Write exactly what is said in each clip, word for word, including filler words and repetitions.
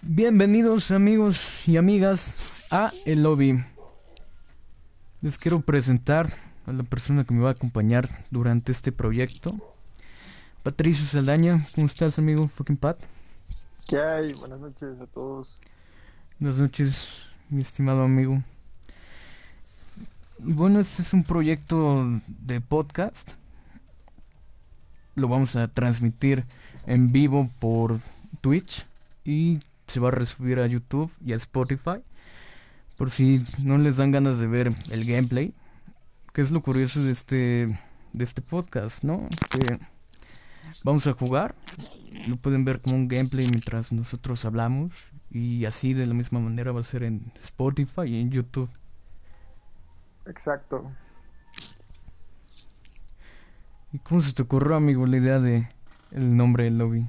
Bienvenidos amigos y amigas a El Lobby. Les quiero presentar a la persona que me va a acompañar durante este proyecto. Patricio Saldaña, ¿cómo estás, amigo? Fucking Pat. ¿Qué hay? Buenas noches a todos. Buenas noches, mi estimado amigo. Y bueno, este es un proyecto de podcast. Lo vamos a transmitir en vivo por Twitch y se va a resubir a YouTube y a Spotify. Por si no les dan ganas de ver el gameplay, que es lo curioso de este de este podcast, ¿no? Que vamos a jugar, lo pueden ver como un gameplay mientras nosotros hablamos y así de la misma manera va a ser en Spotify y en YouTube. Exacto. ¿Y cómo se te ocurrió, amigo, la idea de el nombre del lobby?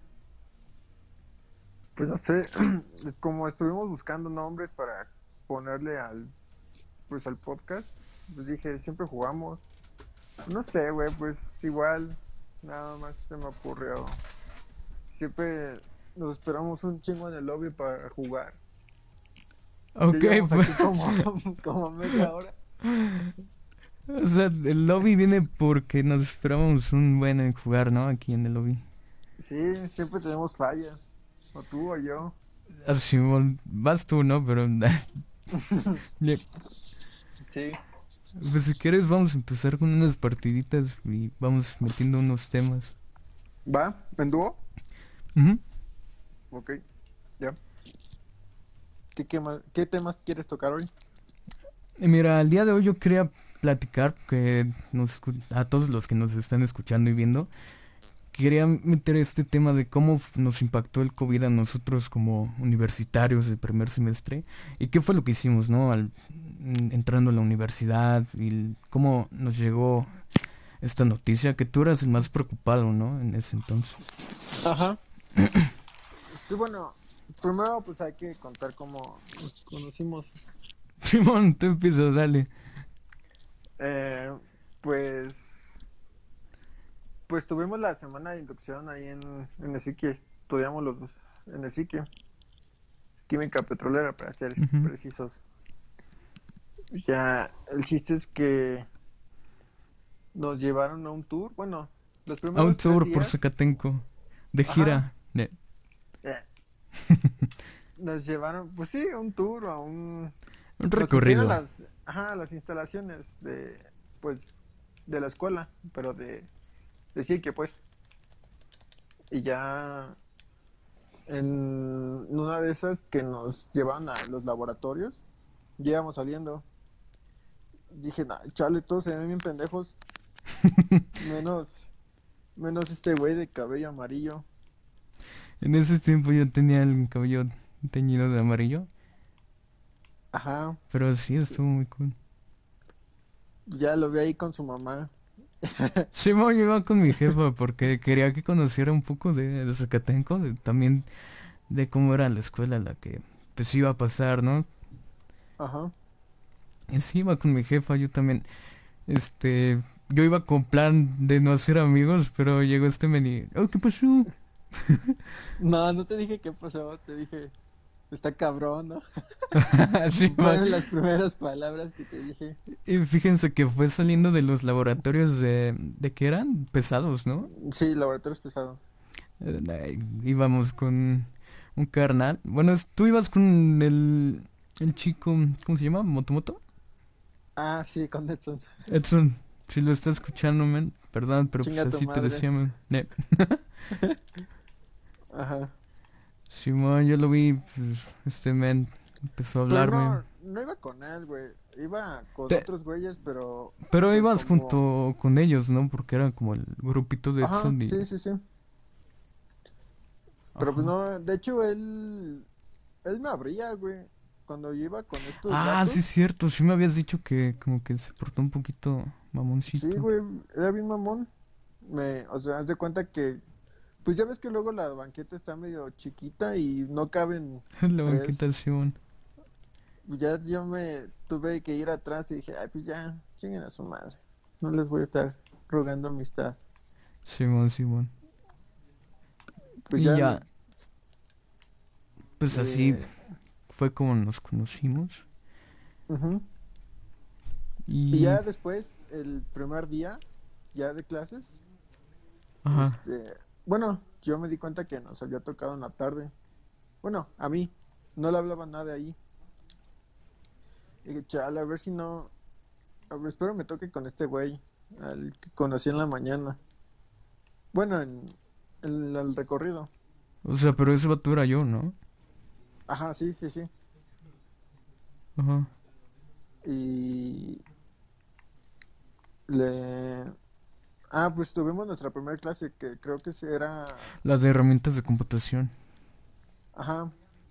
Pues no sé, como estuvimos buscando nombres para ponerle al pues al podcast, pues dije, siempre jugamos. No sé, güey, pues igual nada más se me ocurrió. Siempre nos esperamos un chingo en el lobby para jugar. Ya Ok, llevamos pues, aquí como, como media hora. o sea, el lobby viene porque nos esperábamos un buen en jugar, ¿no? Aquí en el lobby. Sí, siempre tenemos fallas. O tú o yo. Así, bueno, vas tú, ¿no? Pero ya, Sí. pues si quieres vamos a empezar con unas partiditas y vamos metiendo unos temas. ¿Va? ¿En dúo? Ujú. Ok, ya. ¿Qué, qué, más- qué temas quieres tocar hoy? Y mira, el día de hoy yo quería platicar que nos, escu- a todos los que nos están escuchando y viendo, quería meter este tema de cómo f- nos impactó el COVID a nosotros como universitarios de primer semestre y qué fue lo que hicimos, ¿no? Al, mm, entrando a la universidad y el- cómo nos llegó esta noticia, que tú eras el más preocupado, ¿no? En ese entonces. Ajá. Sí, bueno, primero pues hay que contar cómo nos conocimos. Simón, tú empiezas, dale. Eh, pues, pues tuvimos la semana de inducción ahí en, en el SICI, estudiamos los dos en el SICI, química petrolera para ser Ujú. precisos. Ya, el chiste es que nos llevaron a un tour, bueno, los A un primeros tres tour por días, Zacatenco, de ajá, gira. De- eh, nos llevaron, pues sí, a un tour, a un, un nos enseñan recorrido. las, ajá, las instalaciones de, pues, de la escuela, pero de, de Sique, pues. Y ya en una de esas que nos llevan a los laboratorios, ya íbamos saliendo. Dije, nah, chale, todos se ven bien pendejos, menos, menos este güey de cabello amarillo. En ese tiempo yo tenía el cabello teñido de amarillo, Ajá, pero sí estuvo muy cool. ya lo vi ahí con su mamá. Sí, me iba con mi jefa porque quería que conociera un poco de, de Zacatenco, de- también de cómo era la escuela a la que pues iba a pasar, ¿no? Ajá. Y sí, iba con mi jefa, yo también, este, yo iba con plan de no hacer amigos, pero llegó este men y, oh, ¿qué pasó? No, no te dije qué pasó, te dije, está cabrón, ¿no? Sí, man. Fueron las primeras palabras que te dije. Y fíjense que fue saliendo de los laboratorios de, de que eran pesados, ¿no? Sí, laboratorios pesados. Eh, íbamos con un carnal. Bueno, es- tú ibas con el, el chico, ¿cómo se llama? ¿Motomoto? Ah, sí, con Edson. Edson, si lo estás escuchando, man, perdón, pero pues Chinga tu así te madre. decía, man. Ne. Ajá. Simón, yo lo vi, pues, este man empezó a Pero hablarme. no, no iba con él, güey. Iba con Te- otros güeyes, pero pero pues ibas como... junto con ellos, ¿no? Porque era como el grupito de Ajá, Edson y... sí, sí, sí. Pero pues Ajá. no, de hecho él... Él me abría, güey. Cuando yo iba con estos Ah, sí es vatos. cierto, sí me habías dicho que como que se portó un poquito Sí, mamoncito. güey, era bien mamón. Me, o sea, haz de cuenta que... Pues ya ves que luego la banqueta está medio chiquita y no caben La tres. banqueta de Simón. Ya yo me tuve que ir atrás y dije, ay, pues ya, chinguen a su madre. No les voy a estar rogando amistad. Simón, Simón. Pues Y ya, ya, pues así Eh, fue como nos conocimos. ujú. Y Y... ya después, el primer día, ya de clases, Ajá. este, bueno, yo me di cuenta que nos había tocado en la tarde. Bueno, a mí, no le hablaba nada ahí. Y dije, chale, a ver si no, a ver, espero me toque con este güey, al que conocí en la mañana. Bueno, en, en el recorrido. O sea, pero ese vato era yo, ¿no? Ajá, sí, sí, sí. Ajá. Y le... Ah, pues tuvimos nuestra primera clase, que creo que sí era... Las de herramientas de computación. Ajá.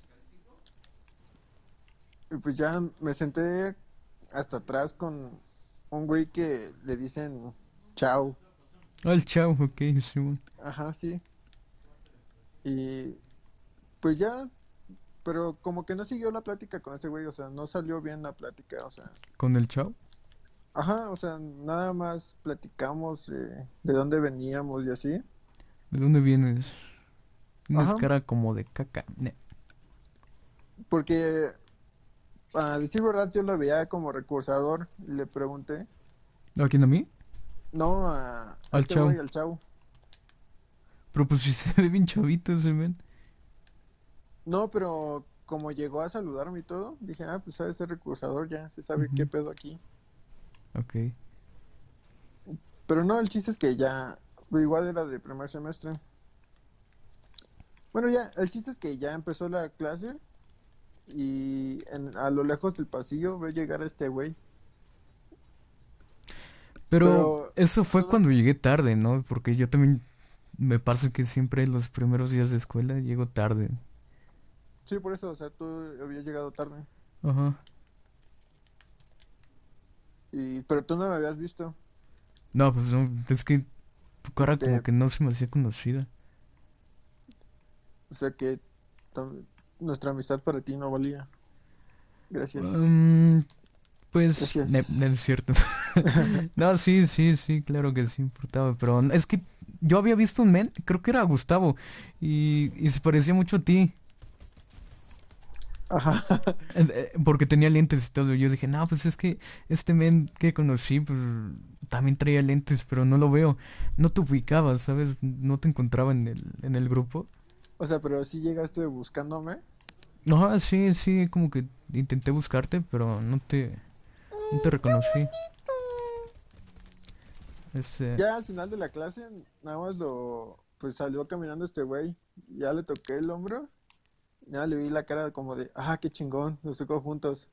Y pues ya me senté hasta atrás con un güey que le dicen chao. Ah, el chavo, ok, sí, bueno. Ajá, sí. Y pues ya, pero como que no siguió la plática con ese güey, o sea, no salió bien la plática, o sea, ¿Con el chavo? ajá, o sea, nada más platicamos eh, de dónde veníamos y así. ¿De dónde vienes? Tienes Ajá, cara como de caca. Ne. porque a decir verdad yo lo veía como recursador y le pregunté, ¿A quién, a mí? no, a, a Al este chavo. güey, al chavo. Pero pues si se ve bien chavito ese men. No, pero como llegó a saludarme y todo, dije, ah, pues sabe ser recursador, ya se sabe qué Ujú. pedo aquí. Ok. Pero no, el chiste es que ya, igual era de primer semestre. Bueno, ya, el chiste es que ya empezó la clase y en- a lo lejos del pasillo veo llegar a este güey. Pero Pero, eso fue todo, cuando llegué tarde, ¿no? Porque yo también me pasa que siempre los primeros días de escuela llego tarde. sí, por eso, o sea, tú habías llegado tarde. Ajá. Y, pero tú no me habías visto. No, pues no, es que tu cara como Te, que no se me hacía conocida. o sea que tam- nuestra amistad para ti no valía. Gracias. Mm, pues, ne- no es Gracias. cierto. No, sí, sí, sí, claro que sí importaba, pero es que yo había visto un men, creo que era Gustavo, y, y se parecía mucho a ti, Ajá. eh, eh, porque tenía lentes y todo. Yo dije, no, pues es que este men que conocí, pues también traía lentes, pero no lo veo. No te ubicabas, ¿sabes? No te encontraba en el, en el grupo. O sea, pero sí llegaste buscándome. No, sí, sí, como que intenté buscarte, pero no te, no te reconocí. Ese, Ya al final de la clase, nada más lo, pues salió caminando este güey. Ya le toqué el hombro. Ya le vi la cara como de, ah, qué chingón, nos tocó juntos.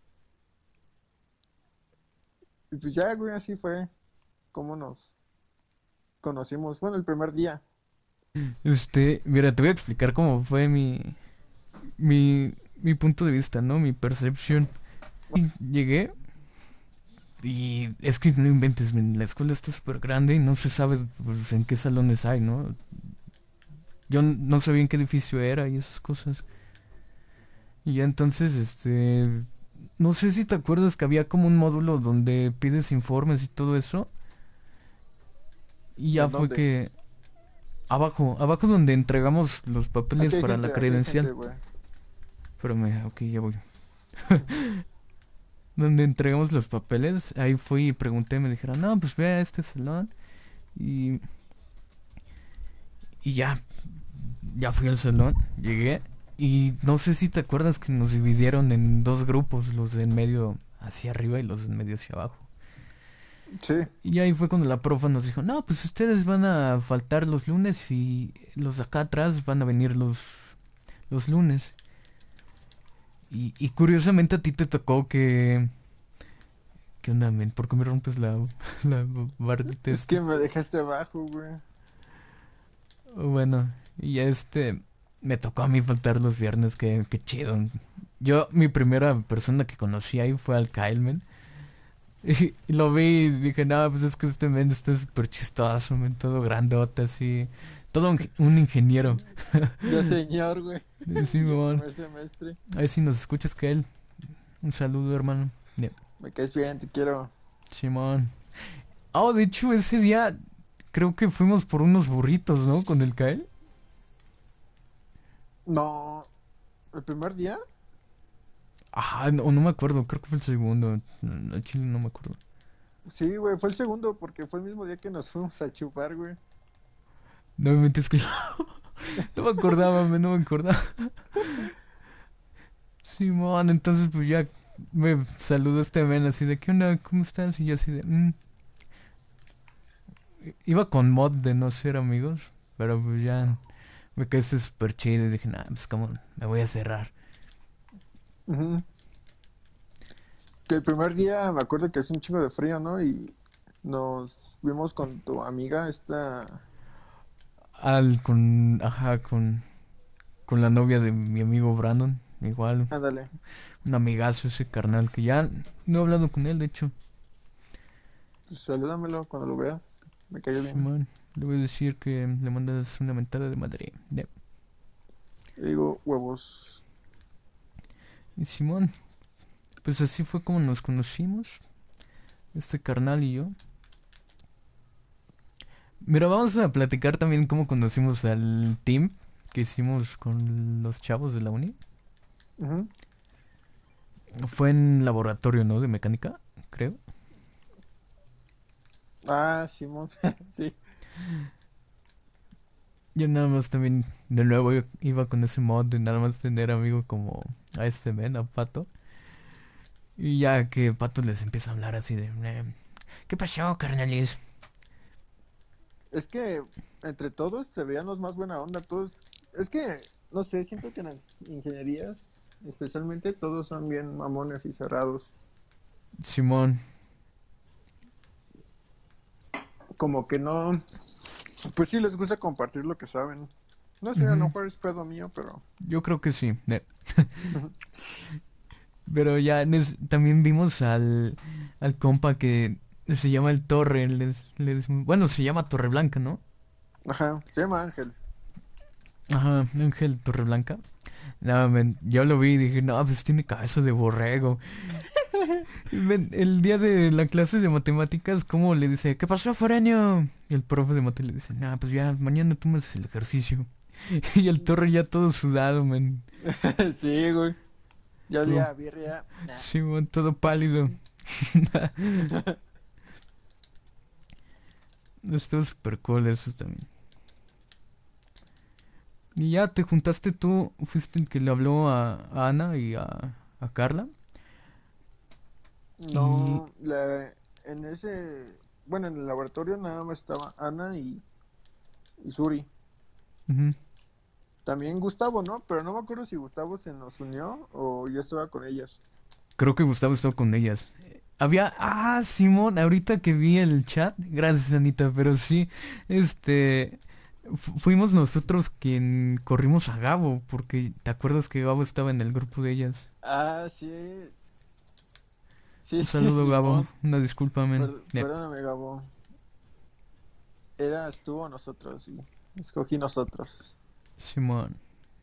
Y pues ya, güey, así fue como nos conocimos. Bueno, el primer día. este, mira, te voy a explicar cómo fue mi, mi, mi punto de vista, ¿no? Mi percepción. Y llegué y es que no inventes, men, la escuela está súper grande y no se sabe pues, en qué salones hay, ¿no? Yo n- no sabía en qué edificio era y esas cosas. Y ya entonces, este, no sé si te acuerdas que había como un módulo donde pides informes y todo eso. Y ya ¿En fue dónde? que abajo, abajo donde entregamos los Aquí papeles hay para la gente, aquí hay credencial. gente, güey. Espérame, ok, ya voy. Donde entregamos los papeles, ahí fui y pregunté, me dijeron, no, pues ve a este salón. Y, y ya, ya fui al salón, llegué. Y no sé si te acuerdas que nos dividieron en dos grupos, los de en medio hacia arriba y los de en medio hacia abajo. Sí. Y ahí fue cuando la profa nos dijo, no, pues ustedes van a faltar los lunes y los de acá atrás van a venir los, los lunes. Y, y curiosamente a ti te tocó que... ¿Qué onda, men? ¿Por qué me rompes la, la bardita Es esta? que me dejaste abajo, güey. Bueno, y este... Me tocó a mí faltar los viernes, que, que chido. Yo, mi primera persona que conocí ahí fue al Kyle, men. Y, y lo vi y dije, no, pues es que este men está súper chistoso, men, todo grandote, así. Todo un, un ingeniero. Ya señor, güey. De Simón. primer semestre. Ahí si nos escuchas, Kyle. Un saludo, hermano. Yeah. Me caes bien, te quiero. Simón. Oh, de hecho, ese día creo que fuimos por unos burritos, ¿no? Con el Kyle. No, ¿El primer día? Ajá, no, no me acuerdo, creo que fue el segundo. Al chile no me acuerdo. Sí, güey, fue el segundo porque fue el mismo día que nos fuimos a chupar, güey. No me metes que no me acordaba, me, no me acordaba. Simón, entonces pues ya me saludó este men así de, ¿qué onda? ¿Cómo estás? Y yo así de, "Mm". Iba con mod de no ser amigos, pero pues ya me quedé súper chido y dije, nah, pues como me voy a cerrar. Ujú. Que el primer día me acuerdo que hace un chingo de frío, ¿no? Y nos vimos con tu amiga, esta... Al, con, ajá, con, con la novia de mi amigo Brandon, igual, Ándale. un amigazo ese carnal que ya no he hablado con él, de hecho. Pues salúdamelo cuando lo veas. Me cayó bien. Simón, le voy a decir que le mandas una mentada de madre. Ya. Le digo huevos. Y Simón, pues así fue como nos conocimos, este carnal y yo. Mira, vamos a platicar también cómo conocimos al team que hicimos con los chavos de la uni. Ujú. Fue en laboratorio, ¿no? De mecánica, creo. Ah, Simón. Sí. Yo nada más también, de nuevo, i- iba con ese mod de nada más tener amigo como a este men, a Pato. Y ya que Pato les empieza a hablar así de, "Eh, ¿qué pasó, carnales?" Es que entre todos se veían los más buena onda. Todos. Es que, no sé, siento que en las ingenierías, especialmente, todos son bien mamones y cerrados. Simón, Como que no. Pues sí les gusta compartir lo que saben. No sé, a lo ujú, mejor es pedo mío, pero. yo creo que sí. eh. Pero ya en es- también vimos al, al compa que se llama el Torre. Les, les- bueno, se llama Torre Blanca, ¿no? Ajá, se llama Ángel. Ajá, Ángel Torreblanca. No, men, yo lo vi y dije, no, pues tiene cabeza de borrego. Y, men, el día de la clase de matemáticas, ¿cómo le dice? ¿Qué pasó, Foreño? Y el profe de mate le dice, no, pues ya, mañana tomas el ejercicio. Y el Torre ya todo sudado, men. Sí, güey. Ya Todo, olía a birria. Nah. sí, man, todo pálido. Estuvo súper cool eso también. Y ya te juntaste tú, fuiste el que le habló a, a Ana y a, a Carla. Y... No, la, en ese, bueno, en el laboratorio nada más estaba Ana y, y Suri. ujú. También Gustavo, ¿no? Pero no me acuerdo si Gustavo se nos unió o yo estaba con ellas. Creo que Gustavo estaba con ellas. Había... Ah, Simón, ahorita que vi el chat, gracias Anita, pero sí, este... fu- Fuimos nosotros quien corrimos a Gabo, porque te acuerdas que Gabo estaba en el grupo de ellas. Ah, sí, sí, Un saludo, Gabo, Simón. una disculpa, men. Per- Ya, perdóname, Gabo. Era, estuvo nosotros y escogí nosotros. Simón.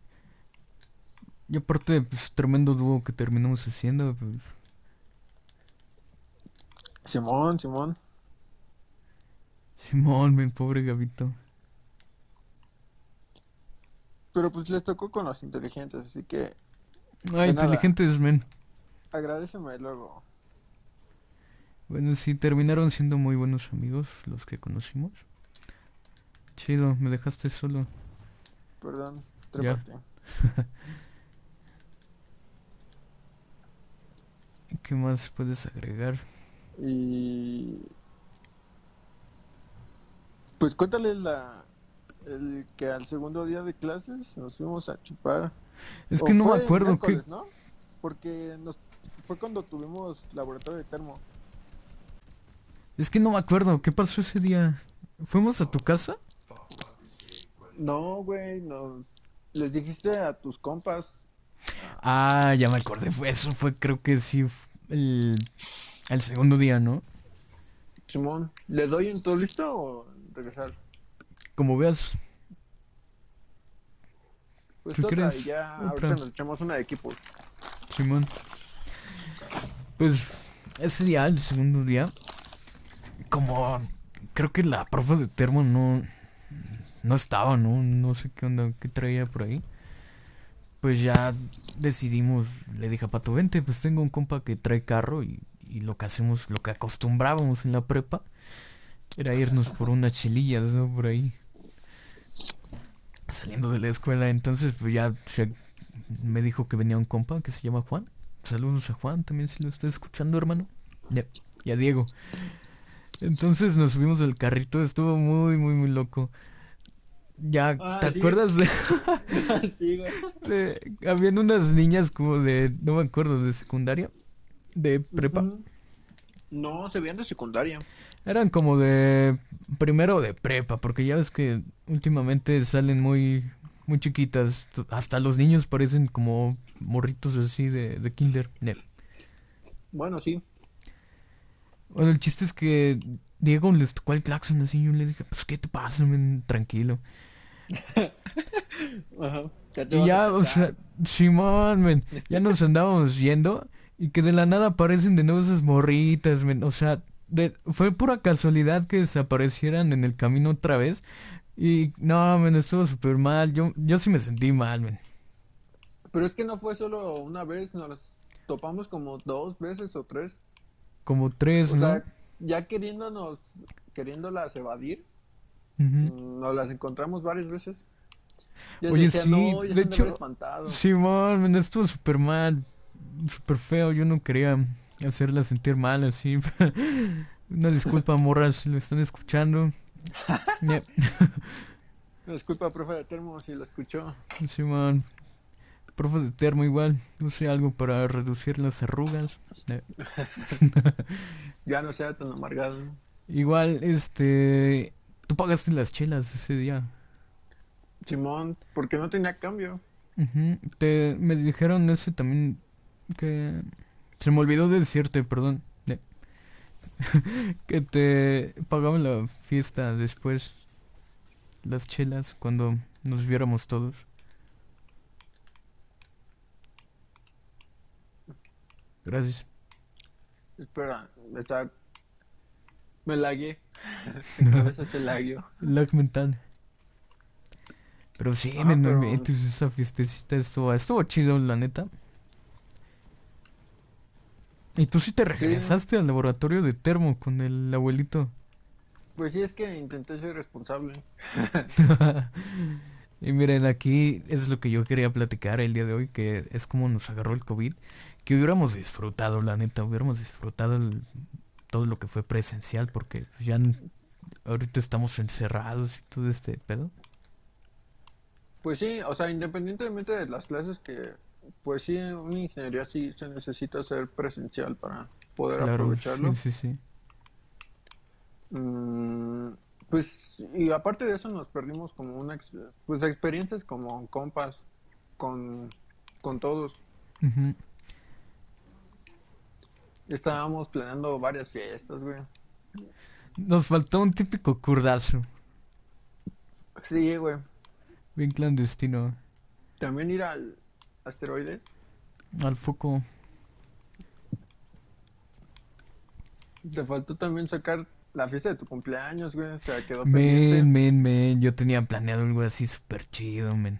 Y aparte, pues, tremendo dúo que terminamos haciendo, pues, Simón, Simón. Simón, men, pobre Gabito. Pero pues les tocó con los inteligentes, así que Ah, de nada. inteligentes, men. Agradeceme luego. Bueno, sí, terminaron siendo muy buenos amigos los que conocimos. Chido, me dejaste solo. Perdón, Ya. trépate. ¿Qué más puedes agregar? Y pues cuéntale la el que al segundo día de clases nos fuimos a chupar. Es que O no me fue el acuerdo qué. miércoles, ¿no? Porque nos fue cuando tuvimos laboratorio de termo. Es que no me acuerdo. ¿Qué pasó ese día? ¿Fuimos a tu casa? No, güey, nos les dijiste a tus compas. Ah, Ah, ya me acordé. Fue eso, fue creo que sí. f- El, el segundo día, ¿no? Simón, ¿le doy en todo listo o regresar? Como veas, Pues si otra, y quieres, ya ahorita otra. nos echamos una de equipos. Simón. Pues ese día, el segundo día, como creo que la profe de termo no, no estaba, ¿no? No sé qué onda, qué traía por ahí. pues ya decidimos, le dije a Pato, vente, pues tengo un compa que trae carro y, y lo que hacemos, lo que acostumbrábamos en la prepa, era irnos por unas chilillas, ¿no? Por ahí, saliendo de la escuela. Entonces, pues ya se- me dijo que venía un compa que se llama Juan. Saludos a Juan, también si lo está escuchando, hermano. Ya, y a Diego. Entonces nos subimos al carrito, estuvo muy, muy, muy loco. Ya, ¿te Ah, sí. acuerdas de, Sí, güey. de- habían unas niñas como de, no me acuerdo, de secundaria, de prepa? Ujú. No, se veían de secundaria. Eran como de primero de prepa, porque ya ves que últimamente salen muy, muy chiquitas. Hasta los niños parecen como morritos así de, de kinder. Ne. Bueno, sí. Bueno, el chiste es que Diego les tocó el claxon así y yo le dije, pues, ¿qué te pasa, men? Tranquilo. Ajá. Ya te Y vas a ya, o sea, casar. Simón, men, ya nos andábamos yendo y que de la nada aparecen de nuevo esas morritas, men. O sea, de- fue pura casualidad que desaparecieran en el camino otra vez. Y no, men, estuvo súper mal. Yo, yo sí me sentí mal, men. Pero es que no fue solo una vez, nos topamos como dos veces o tres. Como tres, O ¿no? sea, ya queriéndonos, queriéndolas evadir, Ujú. mm, nos las encontramos varias veces. Yo Oye, decía, sí, no, ya de se han de haber hecho, espantado. Simón, men, estuvo súper mal. Súper feo. Yo no quería hacerla sentir mal así. Una disculpa, morras, si lo están escuchando. Ya. Disculpa, profe de termo, si lo escuchó. Simón, profe de termo igual, use algo para reducir las arrugas. Eh, Ya no sea tan amargado. igual, este, tú pagaste las chelas ese día. Simón, porque no tenía cambio. Ujú. Te, me dijeron ese también que se me olvidó de decirte, perdón, eh, que te pagaban la fiesta después, las chelas, cuando nos viéramos todos. Gracias. Espera, está... me lagué. Mi cabeza se lagueó. Lag mental. Pero sí, me Ajá, no pero inventes, esa fiestecita estuvo, estuvo chido, la neta. Y tú sí te sí, regresaste al laboratorio de termo con el abuelito. pues sí es que intenté ser responsable. Y miren, aquí es lo que yo quería platicar el día de hoy, que es como nos agarró el COVID, que hubiéramos disfrutado, la neta, hubiéramos disfrutado el- todo lo que fue presencial, porque ya n- ahorita estamos encerrados y todo este pedo. Pues sí, o sea, independientemente de las clases que, pues sí, una ingeniería sí se necesita ser presencial para poder Claro, sí, aprovecharlo. sí, sí. Mm, pues, y aparte de eso nos perdimos como una, ex- pues experiencias como compas con, con todos. Ujú. Estábamos planeando varias fiestas, güey. Nos faltó un típico curdazo, Sí, güey. bien clandestino, También ir al asteroide. al foco. Te faltó también sacar la fiesta de tu cumpleaños, güey. O sea, quedó pendiente. Men, men, men, yo tenía planeado algo así súper chido, men.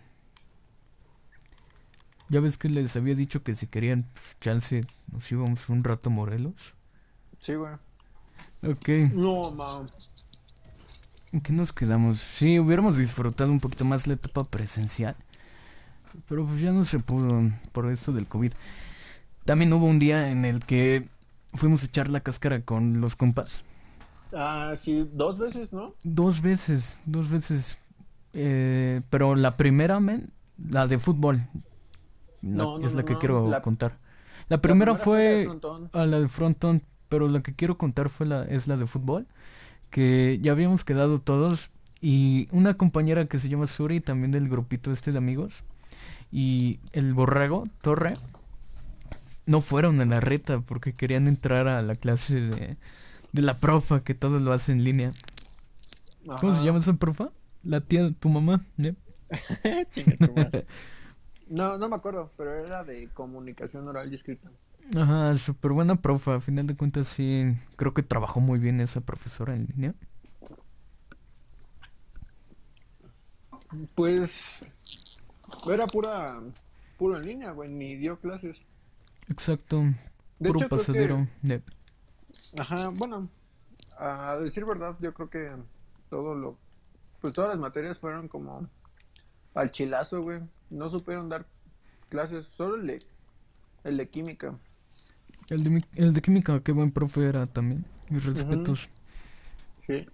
Ya ves que les había dicho que si querían pf, chance nos íbamos un rato a Morelos. Sí, güey. Ok, No, ma. ¿en qué nos quedamos? Sí, hubiéramos disfrutado un poquito más la etapa presencial, pero pues ya no se pudo por esto del COVID. También hubo un día en el que fuimos a echar la cáscara con los compas. Ah, sí, dos veces, ¿no? Dos veces, dos veces. Eh, pero la primera, men, la de fútbol, la- No, no, es no, la que no. quiero La, contar. La la primera primera fue la de fue frontón. a la de frontón, pero la que quiero contar fue la, es la de fútbol, que ya habíamos quedado todos y una compañera que se llama Suri, también del grupito este de amigos, y el borrego, Torre, no fueron a la reta porque querían entrar a la clase de, de la profa, que todo lo hace en línea. ¿Cómo se llama Ajá. esa profa? La tía de tu mamá, ¿eh? Chinga tu madre. No, no me acuerdo, pero era de comunicación oral y escrita. Ajá, súper buena profa. A final de cuentas, sí, creo que trabajó muy bien esa profesora en línea. Pues era pura, puro en línea, güey, ni dio clases. Exacto, De puro hecho, creo pasadero. que, de- ajá, bueno, a decir verdad, yo creo que todo lo, pues todas las materias fueron como al chilazo, güey. No supieron dar clases, solo el de, el de química. El de, mi- el de química, qué buen profe era también. Mis Ujú, respetos. sí.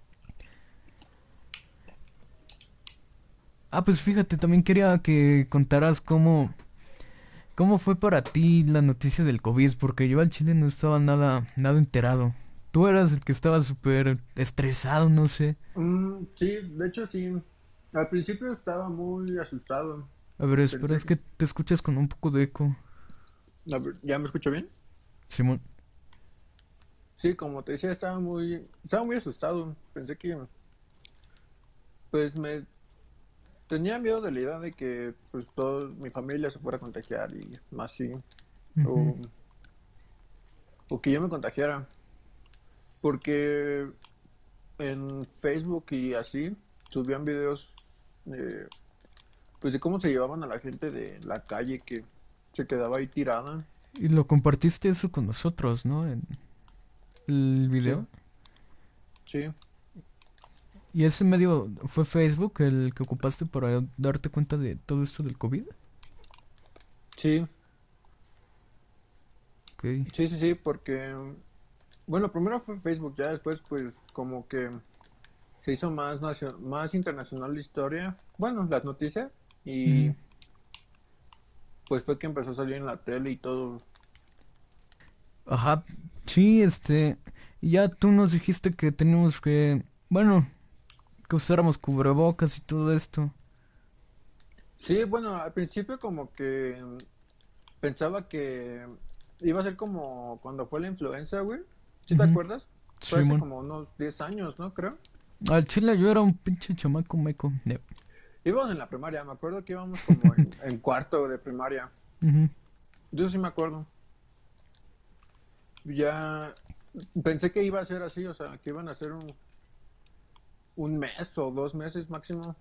Ah, pues fíjate, también quería que contaras cómo, cómo fue para ti la noticia del COVID, porque yo al chile no estaba nada, nada enterado. Tú eras el que estaba súper estresado, no sé. Mm, sí, de hecho sí. Al principio estaba muy asustado. A ver, espera, Pensé es que... que te escuchas con un poco de eco, A ver, ¿ya me escucho bien? Simón. Sí, como te decía, estaba muy, estaba muy asustado. Pensé que, pues, me tenía miedo de la idea de que, pues, toda mi familia se fuera a contagiar y más así, Ujú, o, o que yo me contagiara, porque en Facebook y así subían videos, eh, pues, de cómo se llevaban a la gente de la calle que se quedaba ahí tirada. y lo compartiste eso con nosotros, ¿no? En el Sí, video. sí, ¿Y ese medio fue Facebook el que ocupaste para darte cuenta de todo esto del COVID? sí, Ok. sí, sí, sí, porque, bueno, primero fue Facebook, ya después, pues, como que se hizo más, nacio- más internacional la historia, bueno, las noticias, y Ujú. pues fue que empezó a salir en la tele y todo. Ajá, sí, este, y ya tú nos dijiste que teníamos que, bueno, que usáramos cubrebocas y todo esto. Sí, bueno, al principio como que mm, pensaba que iba a ser como cuando fue la influenza, güey. ¿Sí te Ujú, acuerdas? Fue hace Simón. como unos diez años, ¿no? Creo. Al chile yo era un pinche chamaco meco. Ne- Íbamos en la primaria, me acuerdo que íbamos como en, en cuarto de primaria. Ujú. Yo sí me acuerdo. Ya pensé que iba a ser así, o sea, que iban a ser un, un mes o dos meses máximo,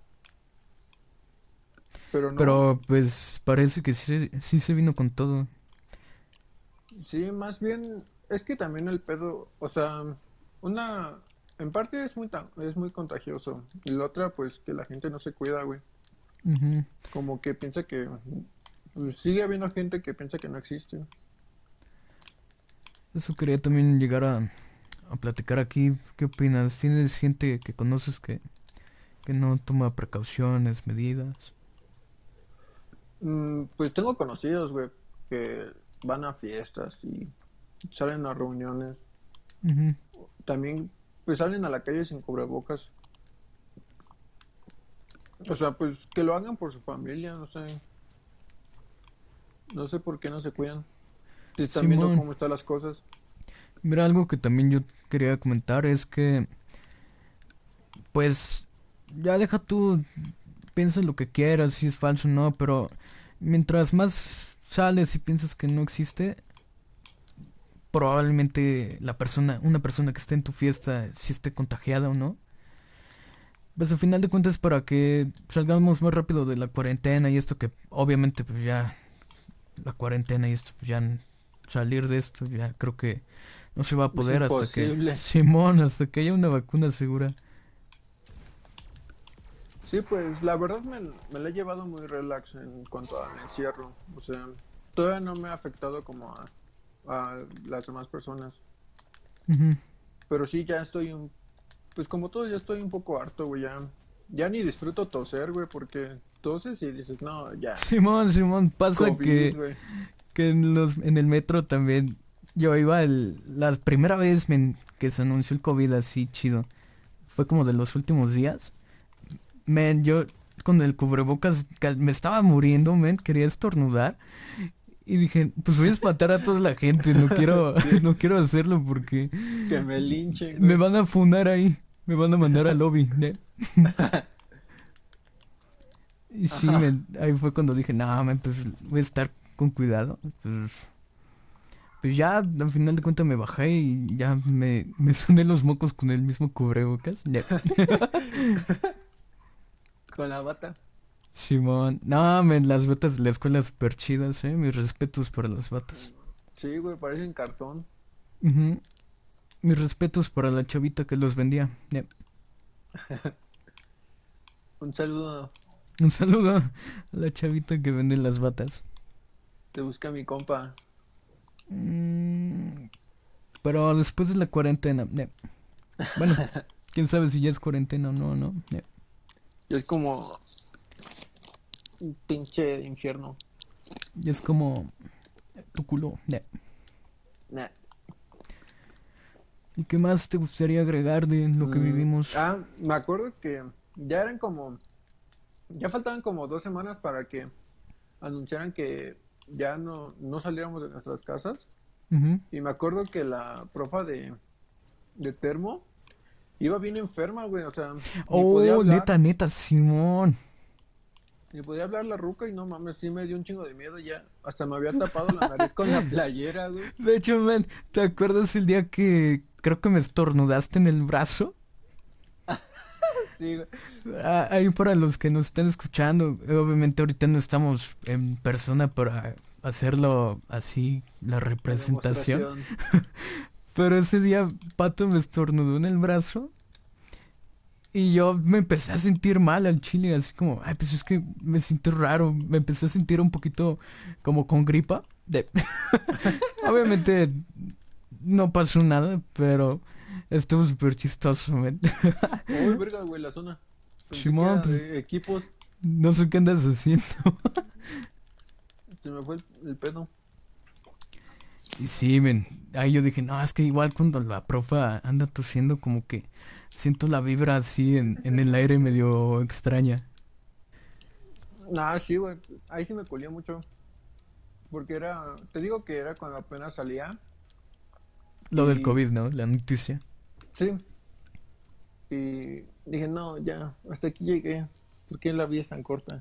pero no. Pero pues parece que sí, se- sí se vino con todo. Sí, más bien es que también el pedo, o sea, una, en parte es muy, ta- es muy contagioso y la otra, pues que la gente no se cuida, güey. Ujú. Como que piensa que, pues, sigue habiendo gente que piensa que no existe. Eso quería también llegar a, a platicar aquí. ¿Qué opinas? ¿Tienes gente que conoces que, que no toma precauciones, medidas? Mm, pues tengo conocidos, güey, que van a fiestas y salen a reuniones. Ujú. También, pues salen a la calle sin cubrebocas. O sea, pues que lo hagan por su familia, no sé, no sé por qué no se cuidan. Si están viendo Simón, cómo están las cosas. mira, algo que también yo quería comentar es que, pues, ya deja tú, piensa lo que quieras, si es falso o no, pero mientras más sales y piensas que no existe, probablemente la persona, una persona que esté en tu fiesta, si esté contagiada o no. Pues al final de cuentas para que salgamos más rápido de la cuarentena y esto que obviamente pues ya la cuarentena y esto pues ya n- salir de esto ya creo que no se va a Es poder hasta que imposible. Simón, hasta que haya una vacuna segura. Sí, pues la verdad me, me la he llevado muy relax en cuanto al encierro. O sea, todavía no me ha afectado como a, a las demás personas. Ujú. Pero sí, ya estoy un, pues como todo, ya estoy un poco harto, güey. Ya, ya ni disfruto toser, güey, porque toses y dices, no, ya, Simón, Simón, pasa COVID, que, güey. que en los en el metro también yo iba el, la primera vez men, que se anunció el COVID así chido. Fue como de los últimos días. Men, yo con el cubrebocas ca- me estaba muriendo, men, quería estornudar y dije, pues voy a espantar a toda la gente, no quiero, Sí, no quiero hacerlo porque que me linchen, me güey. van a fundar ahí, me van a mandar al lobby, ¿ne? Y sí, Ajá. men, ahí fue cuando dije, no, men, pues voy a estar con cuidado, pues, pues ya al final de cuentas me bajé y ya me, me soné los mocos con el mismo cubrebocas, ¿ne? Con la bata. Simón. No, men, las batas de la escuela súper chidas, eh. Mis respetos para las batas. Sí, güey, parecen cartón. Ujú. Mis respetos para la chavita que los vendía. Eh, Un saludo, Un saludo a la chavita que vende las batas. te busca mi compa. Mm, pero después de la cuarentena. Eh, Bueno, quién sabe si ya es cuarentena o no, ¿no? Eh, Es como un pinche infierno. Ya es como tu culo. Eh. Nah. ¿Y qué más te gustaría agregar de lo que Mm, vivimos? ah, me acuerdo que ya eran como, ya faltaban como dos semanas para que anunciaran que ya no, no saliéramos de nuestras casas. Ujú. Y me acuerdo que la profa de, de termo iba bien enferma, güey. O sea, ni podía Oh, hablar, neta, neta, Simón. ni podía hablar la ruca y no mames, sí me dio un chingo de miedo ya. Hasta me había tapado la nariz con la playera, güey. De hecho, man, ¿te acuerdas el día que creo que me estornudaste en el brazo? Sí, güey. Ah, ahí para los que nos están escuchando, eh, obviamente ahorita no estamos en persona para hacerlo así, la La representación, demostración. pero ese día Pato me estornudó en el brazo y yo me empecé a sentir mal al chile, así como, ay, pues es que me siento raro, me empecé a sentir un poquito como con gripa. De... Obviamente no pasó nada, pero estuvo súper chistoso, man. Uy, verga, güey, la zona. Pensé que Simón, era pues de equipos. no sé qué andas haciendo. Se me fue el, el pedo. Y sí, men, ahí yo dije, no, es que igual cuando la profa anda tosiendo, como que siento la vibra así en, en el aire medio extraña. Nah, sí, güey. Ahí sí me colía mucho. Porque era, te digo que era cuando apenas salía. Lo del Y COVID, ¿no? La noticia. sí, y dije, no, ya, hasta aquí llegué. ¿Por qué la vida es tan corta?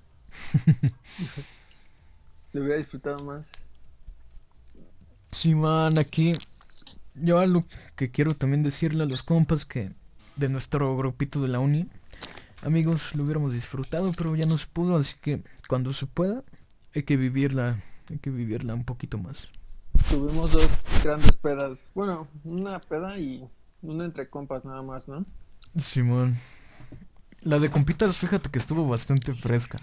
Le hubiera disfrutado más. Sí, man, aquí yo algo que quiero también decirle a los compas que de nuestro grupito de la uni, amigos, lo hubiéramos disfrutado, pero ya no se pudo, así que cuando se pueda, hay que vivirla, hay que vivirla un poquito más. Tuvimos dos grandes pedas. Bueno, una peda y una entre compas nada más, ¿no? Simón, la de compitas, fíjate que estuvo bastante fresca.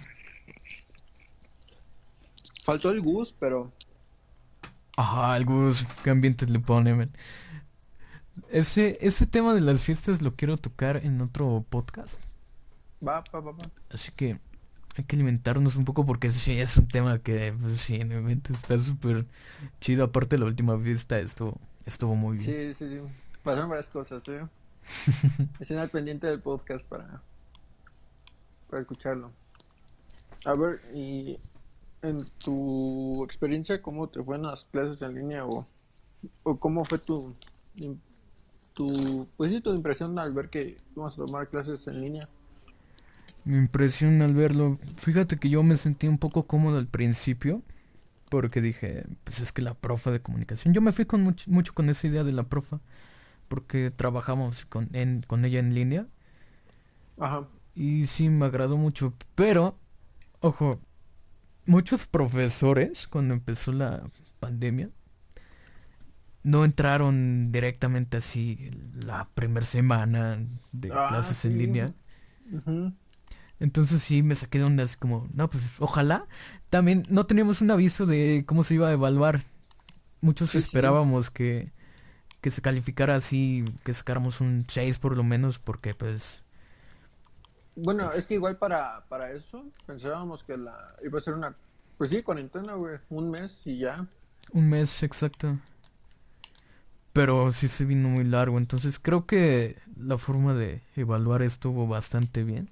Faltó el Gus, pero Ajá, algunos qué ambientes le pone, man. Ese, ese tema de las fiestas lo quiero tocar en otro podcast. va, va, va, va. Así que hay que alimentarnos un poco porque sí es un tema que, pues, sí, en mi mente está súper chido. Aparte, la última fiesta estuvo, estuvo muy bien. Sí, sí, sí. Pasaron varias cosas, ¿eh? Estén al pendiente del podcast para, para escucharlo. A ver, y en tu experiencia, ¿cómo te fue en las clases en línea o, o cómo fue tu, im- tu, pues sí, tu impresión al ver que íbamos a tomar clases en línea? Mi impresión al verlo, fíjate que yo me sentí un poco cómodo al principio. Porque dije, pues es que la profa de comunicación. Yo me fui con mucho, mucho con esa idea de la profa. Porque trabajamos con, en, con ella en línea. Ajá. Y sí, me agradó mucho. Pero, ojo, muchos profesores, cuando empezó la pandemia, no entraron directamente así la primera semana de Ah, clases en sí. línea. Ujú. Entonces sí, me saqué de onda así como, no, pues ojalá. También no teníamos un aviso de cómo se iba a evaluar. Muchos Sí, sí, sí. esperábamos que, que se calificara así, que sacáramos un seis por lo menos, porque pues, Bueno, es pues, que igual para, para eso pensábamos que la iba a ser una, pues sí, cuarentena, güey, un mes y ya. un mes exacto. Pero sí se vino muy largo, entonces creo que la forma de evaluar estuvo bastante bien.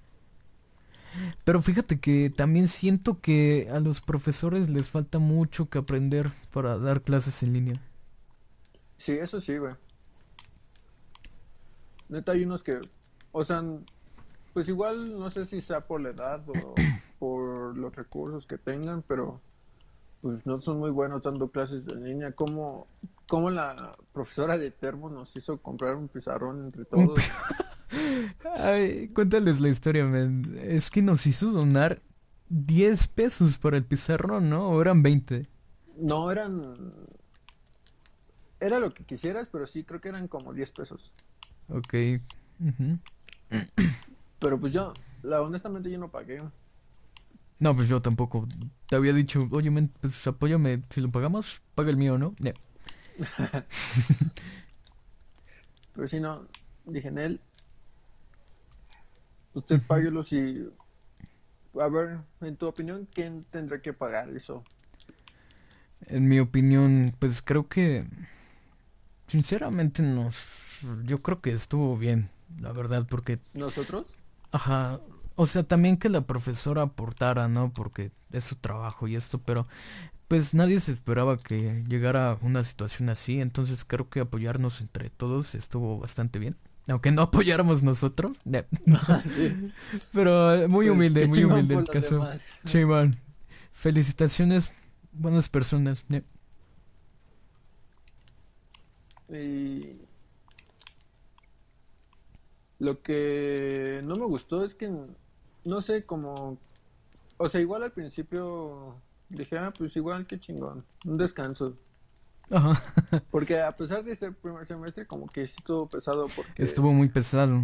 Pero fíjate que también siento que a los profesores les falta mucho que aprender para dar clases en línea. Sí, eso sí, güey. Neta, hay unos que, o sea, pues igual no sé si sea por la edad o por los recursos que tengan, pero pues no son muy buenos dando clases en línea. Como, como la profesora de termo nos hizo comprar un pizarrón entre Un- todos. Ay, cuéntales la historia, man. Es que nos hizo donar diez pesos para el pizarrón, ¿no? ¿O eran veinte? No eran. Era lo que quisieras, pero sí, creo que eran como diez pesos. Ok. Ujú. Pero pues yo, la, honestamente, yo no pagué. No, pues yo tampoco. Te había dicho, oye, men, pues apóyame. Si lo pagamos, paga el mío, ¿no? Ne. Pero si no, dije en él, usted páguelo si. A ver, en tu opinión, ¿quién tendrá que pagar eso? En mi opinión, pues creo que, sinceramente, nos, yo creo que estuvo bien, la verdad, porque, ¿Nosotros? ajá, o sea, también que la profesora aportara, ¿no? Porque es su trabajo y esto, pero, pues nadie se esperaba que llegara una situación así, entonces creo que apoyarnos entre todos estuvo bastante bien. Aunque no apoyáramos nosotros, ne. Sí. Pero eh, muy Pues humilde, qué muy chingón humilde por el los caso. demás. Sí, man. Felicitaciones, buenas personas. Ne. Y lo que no me gustó es que, no sé, como, o sea, igual al principio dije, ah, pues igual, qué chingón, un descanso. Ajá. Porque a pesar de este primer semestre, como que sí estuvo pesado porque, Estuvo muy pesado.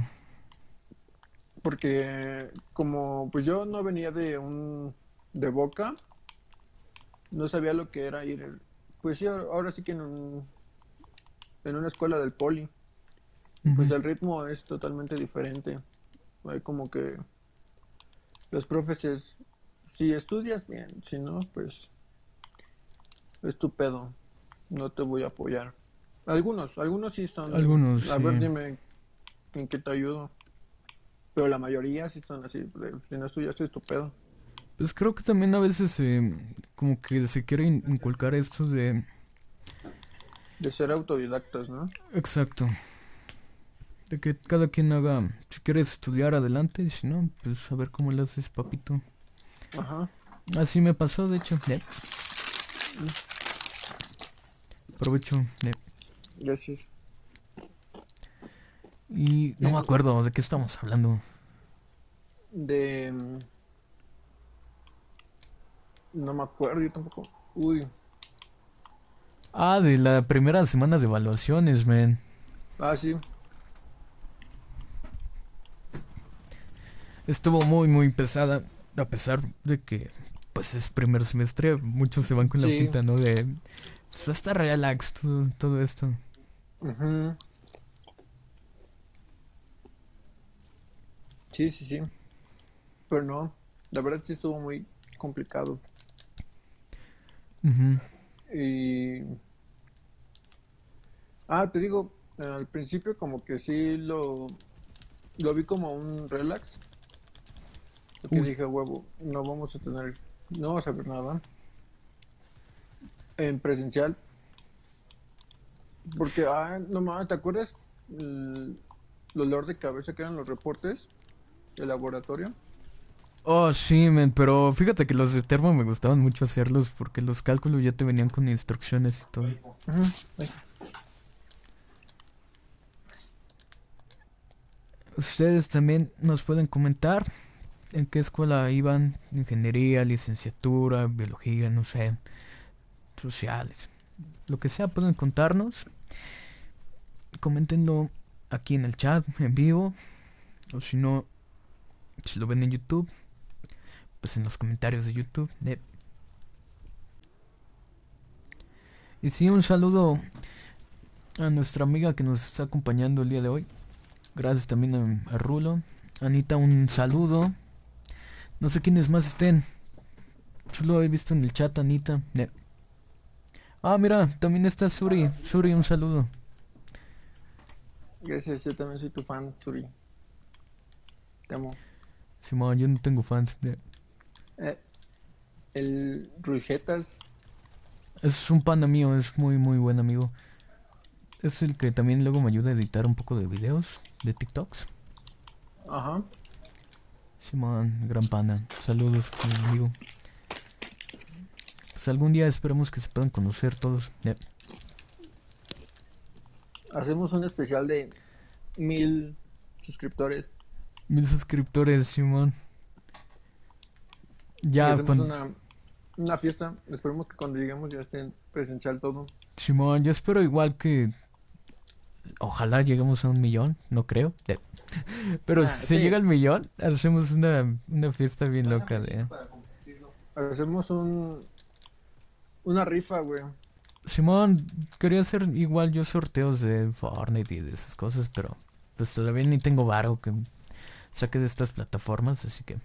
porque como pues yo no venía de un, de Boca, no sabía lo que era ir, pues sí, ahora sí que en un, en una escuela del poli, y pues Ujú. el ritmo es totalmente diferente. Hay como que los profes, es- si estudias bien, si no, pues es tu pedo, no te voy a apoyar. Algunos, algunos sí son, Algunos, a ver, sí. dime en qué te ayudo, pero la mayoría sí son así, de, si no estudiaste es tu pedo. Pues creo que también a veces eh, como que se quiere in- inculcar esto de... De ser autodidactas, ¿no? Exacto. De que cada quien haga... Si quieres estudiar, adelante. Y si no, pues a ver cómo le haces, papito. Ajá. Así me pasó, de hecho. Ne. Aprovecho. Ne. Gracias. Y no me Eh, acuerdo de qué estamos hablando. De, no me acuerdo, yo tampoco. Uy, Ah, de la primera semana de evaluaciones, man. ah, sí, Estuvo muy, muy pesada. A pesar de que, pues es primer semestre, muchos se van con la sí, finta, ¿no? De, pues va a estar relax todo, todo esto. ujú, sí, sí, sí, pero no, la verdad sí estuvo muy complicado. Ujú. Y, ah, te digo, al principio como que sí lo, lo vi como un relax, porque Uy, dije, huevo, no vamos a tener, no vamos a ver nada en presencial, porque, ah, no mames, ¿te acuerdas el dolor de cabeza que eran los reportes del laboratorio? oh, sí, men, pero fíjate que los de termo me gustaban mucho hacerlos porque los cálculos ya te venían con instrucciones y todo. Ujú, ay, Ustedes también nos pueden comentar en qué escuela iban, ingeniería, licenciatura, biología, no sé, sociales, lo que sea, pueden contarnos. Coméntenlo aquí en el chat, en vivo, o si no, si lo ven en YouTube, pues en los comentarios de YouTube. Eh, Y sí, un saludo a nuestra amiga que nos está acompañando el día de hoy. Gracias también a, a Rulo. Anita, un saludo. No sé quiénes más estén. Solo he visto en el chat, Anita. Ne- Ah, mira, también está Suri. Suri, un saludo. gracias, yo también soy tu fan, Turi, te amo. Simón, yo no tengo fans. Ne- Eh, el Ruijetas, Es un pana mío, es muy, muy buen amigo. Es el que también luego me ayuda a editar un poco de videos, de TikToks. ajá, Simón, gran pana. Saludos, mi amigo. Pues algún día esperemos que se puedan conocer todos. Ne- hacemos un especial de mil suscriptores. Mil suscriptores, Simón. Y Ya, hacemos cuando... una, una fiesta. Esperemos que cuando lleguemos ya esté presencial todo. Simón, yo espero igual que... Ojalá lleguemos a un millón, no creo. de- Pero Ah, si se sí. llega al millón, hacemos una, una fiesta bien loca de... Hacemos un, una rifa, güey. Simón, quería hacer igual yo sorteos de Fortnite y de esas cosas, pero pues todavía ni tengo varo que saque de estas plataformas, así que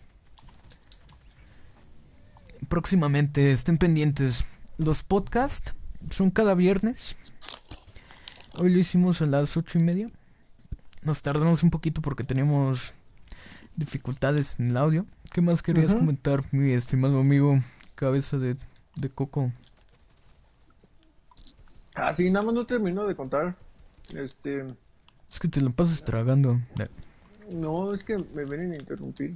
próximamente estén pendientes. Los podcasts son cada viernes. Hoy lo hicimos a las ocho y media. Nos tardamos un poquito porque teníamos dificultades en el audio. ¿Qué más querías Ujú. comentar, mi estimado amigo Cabeza de, de Coco? Ah, sí, nada más no termino de contar. Este, Es que te lo pasas tragando. no, es que me vienen a interrumpir.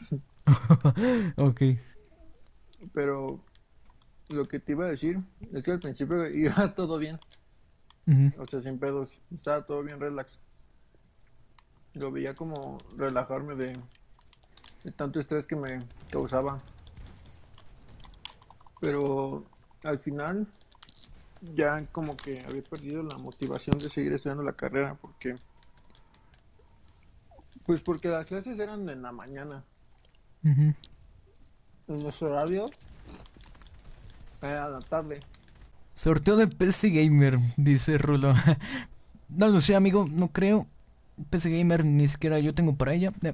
Ok. Pero lo que te iba a decir es que al principio iba todo bien. Ujú. O sea, sin pedos. Estaba todo bien relax. Lo veía como relajarme de, de tanto estrés que me causaba. Pero al final ya como que había perdido la motivación de seguir estudiando la carrera. Porque, pues porque las clases eran en la mañana. Ujú. En nuestro horario era la tarde. Sorteo de P C Gamer, dice Rulo. No lo sé, amigo, no creo. P C Gamer ni siquiera yo tengo para ella. Eh,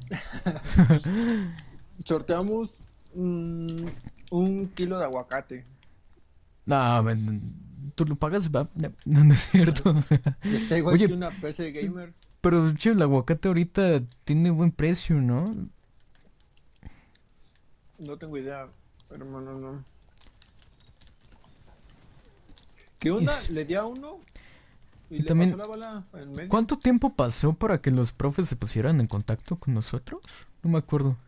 Sorteamos mm, un kilo de aguacate. No, ven, tú lo pagas, va. No, no no es cierto. Está igual que Oye, una P C gamer. pero che, el aguacate ahorita tiene buen precio, ¿no? No tengo idea, hermano, no. ¿Qué Y, onda? s- Le di a uno y y le pasó también, la bala en medio. ¿cuánto tiempo pasó para que los profes se pusieran en contacto con nosotros? No me acuerdo.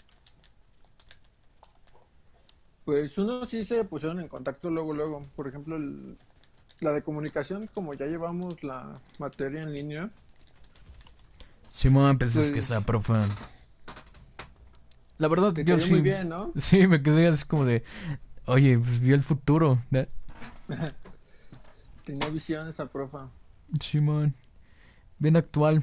Pues uno sí se pusieron en contacto luego, luego. Por ejemplo, el- la de comunicación, como ya llevamos la materia en línea, Simón, pues es que pues esa profe. La verdad, te yo cayó muy sí. bien, ¿no? Sí, me quedé así como de. Oye, pues vio el futuro. ¿No? Tenía visión esa profa. Simón, bien actual.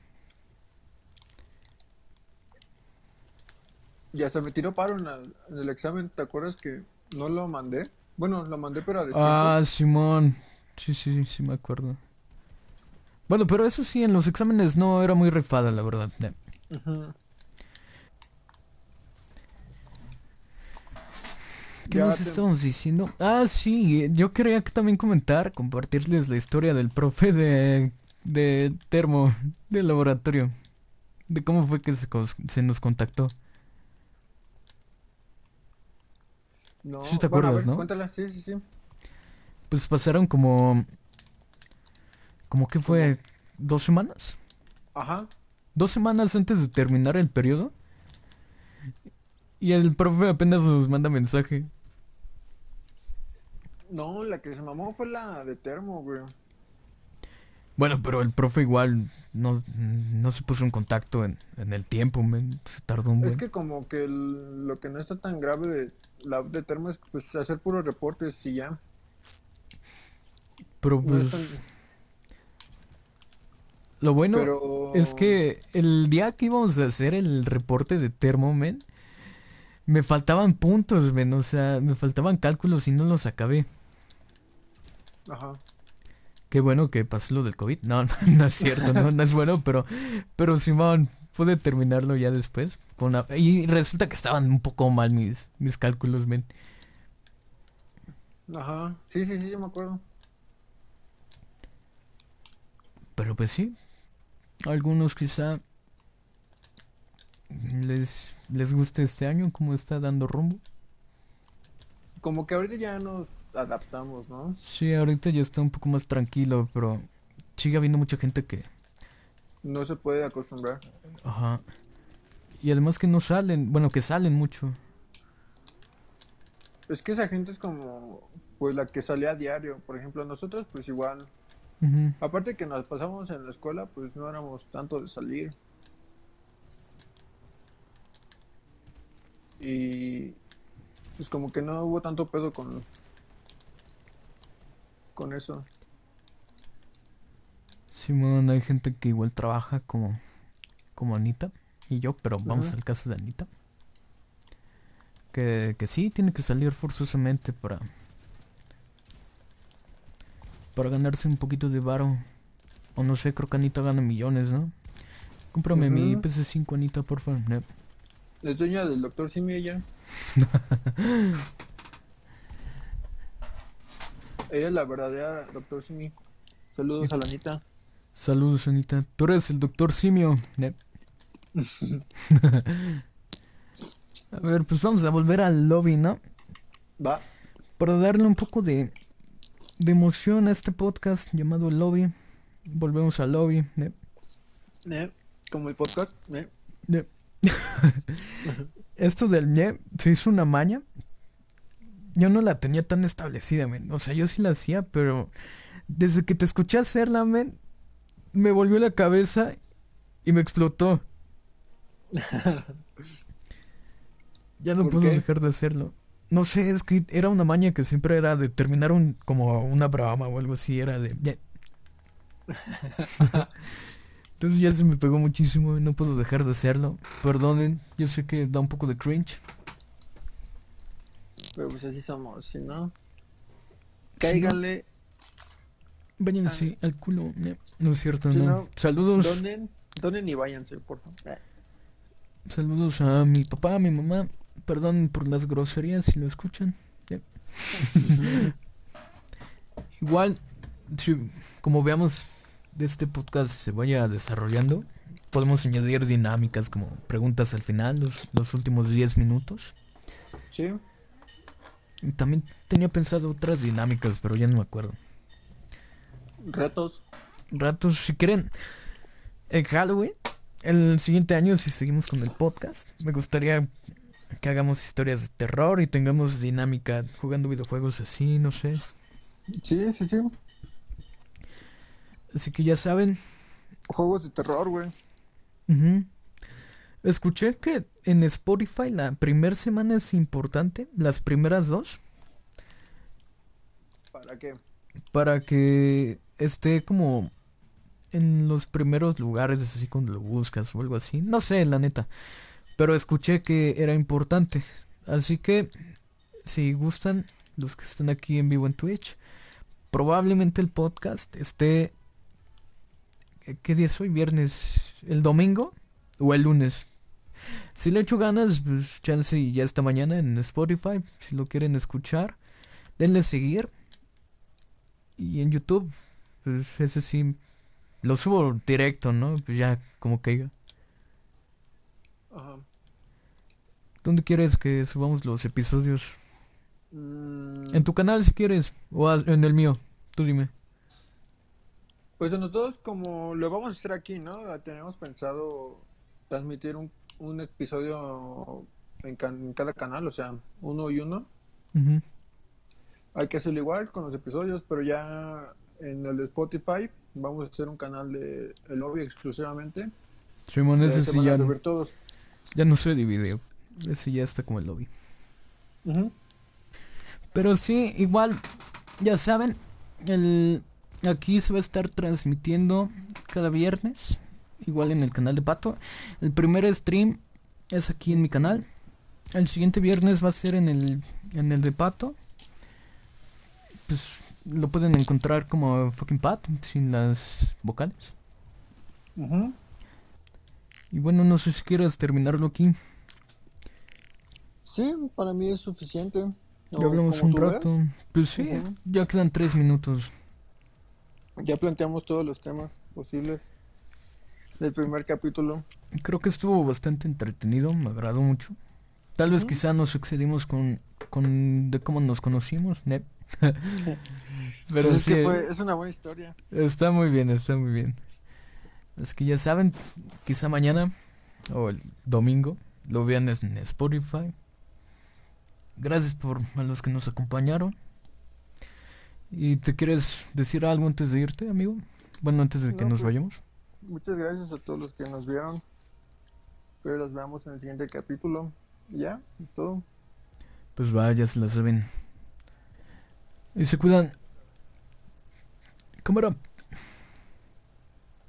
Y hasta me tiró paro en, el en el examen. ¿Te acuerdas que no lo mandé? Bueno, lo mandé pero a destiempo. Ah, Simón. Sí, sí, sí, sí, me acuerdo. Bueno, pero eso sí, en los exámenes no era muy rifada, la verdad. Eh, Ujú. ¿Qué Ya más te... estábamos diciendo? Ah, sí, eh, yo quería que también comentar, compartirles la historia del profe de, de termo, del laboratorio, de cómo fue que se, cos- se nos contactó. Sí No, te bueno, a acuerdas, ver, ¿no? cuéntala, sí, sí, sí. Pues pasaron como, como que Como, fue dos semanas. ajá, Dos semanas antes de terminar el periodo. Y el profe apenas nos manda mensaje. no, la que se mamó fue la de termo, güey. Bueno, pero el profe igual no, no se puso en contacto en, en el tiempo, men. Se tardó un Es buen. que como que el- lo que no está tan grave de la de termo es pues hacer puros reportes y ya. Pero No es pues tan... lo bueno Pero... es que el día que íbamos a hacer el reporte de termo, men, me faltaban puntos, men. O sea, me faltaban cálculos y no los acabé. Ajá. Qué bueno que pasó lo del COVID. No, no, no es cierto, no, no es bueno, pero, pero Simón, pude terminarlo ya después. Con la- y resulta que estaban un poco mal mis, mis cálculos, men. Ajá. Sí, sí, sí, yo me acuerdo. Pero pues sí, algunos quizá les, les guste este año, como está dando rumbo. Como que ahorita ya nos adaptamos, ¿no? Sí, ahorita ya está un poco más tranquilo, pero sigue habiendo mucha gente que... No se puede acostumbrar. Ajá. Y además que no salen, bueno, que salen mucho. Es que esa gente es como, pues la que salía a diario. Por ejemplo, nosotros pues igual. Ujú. Aparte que nos pasamos en la escuela, pues no éramos tanto de salir. Y pues como que no hubo tanto pedo con, con eso. Simón, hay gente que igual trabaja como, como Anita y yo, pero vamos Ujú. al caso de Anita. Que, que sí, tiene que salir forzosamente para, para ganarse un poquito de varo. O no sé, creo que Anita gana millones, ¿no? Cómprame mi Ujú. P S cinco, Anita, por favor. No. Es dueña del doctor Simi ella. Ella es la verdadera doctor Simi. Saludos a la Anita. Saludos, Anita. Tú eres el doctor Simio. No. A ver, pues vamos a volver al lobby, ¿no? Va. Para darle un poco de, de emoción a este podcast llamado El Lobby. Volvemos al lobby. ¿no? Eh, como el podcast. Eh. No. Esto del ñe se hizo una maña. Yo no la tenía tan establecida, men. O sea, yo sí la hacía, pero desde que te escuché hacerla, men, me volvió la cabeza y me explotó. Ya no ¿Por puedo qué? dejar de hacerlo. No sé, es que era una maña que siempre era de terminar un, como una broma o algo así, era de... ñe. Entonces ya se me pegó muchísimo y no puedo dejar de hacerlo. Perdonen, yo sé que da un poco de cringe. Pero pues así somos, si no, Si no, cáiganle. Ah, váyanse al culo. ñe. No es cierto, si no. no, Saludos. donen, donen y váyanse, por favor. Eh. Saludos a mi papá, a mi mamá. Perdón por las groserías si lo escuchan. Ya. Igual, si, como veamos de este podcast se vaya desarrollando, podemos añadir dinámicas como preguntas al final, los, los últimos diez minutos. Sí, Y también tenía pensado otras dinámicas, pero ya no me acuerdo. retos. Ratos, si quieren, en Halloween, el siguiente año, si seguimos con el podcast, me gustaría que hagamos historias de terror y tengamos dinámica jugando videojuegos así, no sé. Sí, sí, sí. Así que ya saben. Juegos de terror, güey. Ujú. Escuché que en Spotify la primera semana es importante, las primeras dos, ¿Para qué? para que esté como en los primeros lugares, así cuando lo buscas o algo así. No sé, la neta. Pero escuché que era importante. Así que, si gustan, los que están aquí en vivo en Twitch, probablemente el podcast esté... ¿Qué día es hoy? ¿Viernes? ¿El domingo? ¿O el lunes? Si le echo ganas, pues chance y ya esta mañana en Spotify, si lo quieren escuchar, denle seguir. Y en YouTube, pues ese sí, lo subo directo, ¿no? Pues ya como caiga. Ajá. ¿Dónde quieres que subamos los episodios? En Mm, tu canal si quieres, o a- en el mío, tú dime. pues nosotros como lo vamos a hacer aquí, ¿no? Tenemos pensado transmitir un, un episodio en, can- en cada canal, o sea, uno y uno. Ujú. Hay que hacerlo igual con los episodios, pero ya en el de Spotify vamos a hacer un canal de El Lobby exclusivamente. Simón, Y ese ahí se sí van a ya, subir todos. ya no soy de video. Ese ya está como el lobby. Ujú. Pero sí, igual, ya saben, el aquí se va a estar transmitiendo cada viernes, igual en el canal de Pato. El primer stream es aquí en mi canal. El siguiente viernes va a ser en el en el de Pato. Pues lo pueden encontrar como fucking Pat sin las vocales. Ujú. Y bueno, no sé si quieras terminarlo aquí. Sí, para mí es suficiente. Ya O hablamos como un tú rato. ves, Pues sí, ujú, ya quedan tres minutos. ya planteamos todos los temas posibles del primer capítulo. Creo que estuvo bastante entretenido, me agradó mucho. Tal vez Ujú. quizá nos excedimos con, con de cómo nos conocimos, ¿ne? Pues Pero es que sí, fue, es una buena historia. está muy bien, está muy bien. Es que ya saben, quizá mañana o el domingo lo vean en Spotify. Gracias por a los que nos acompañaron. ¿Y te quieres decir algo antes de irte, amigo? Bueno, antes de que No, nos pues vayamos. muchas gracias a todos los que nos vieron. Espero los veamos en el siguiente capítulo. Y ya, es todo. Pues vaya, se la saben. Y se cuidan. Cámara.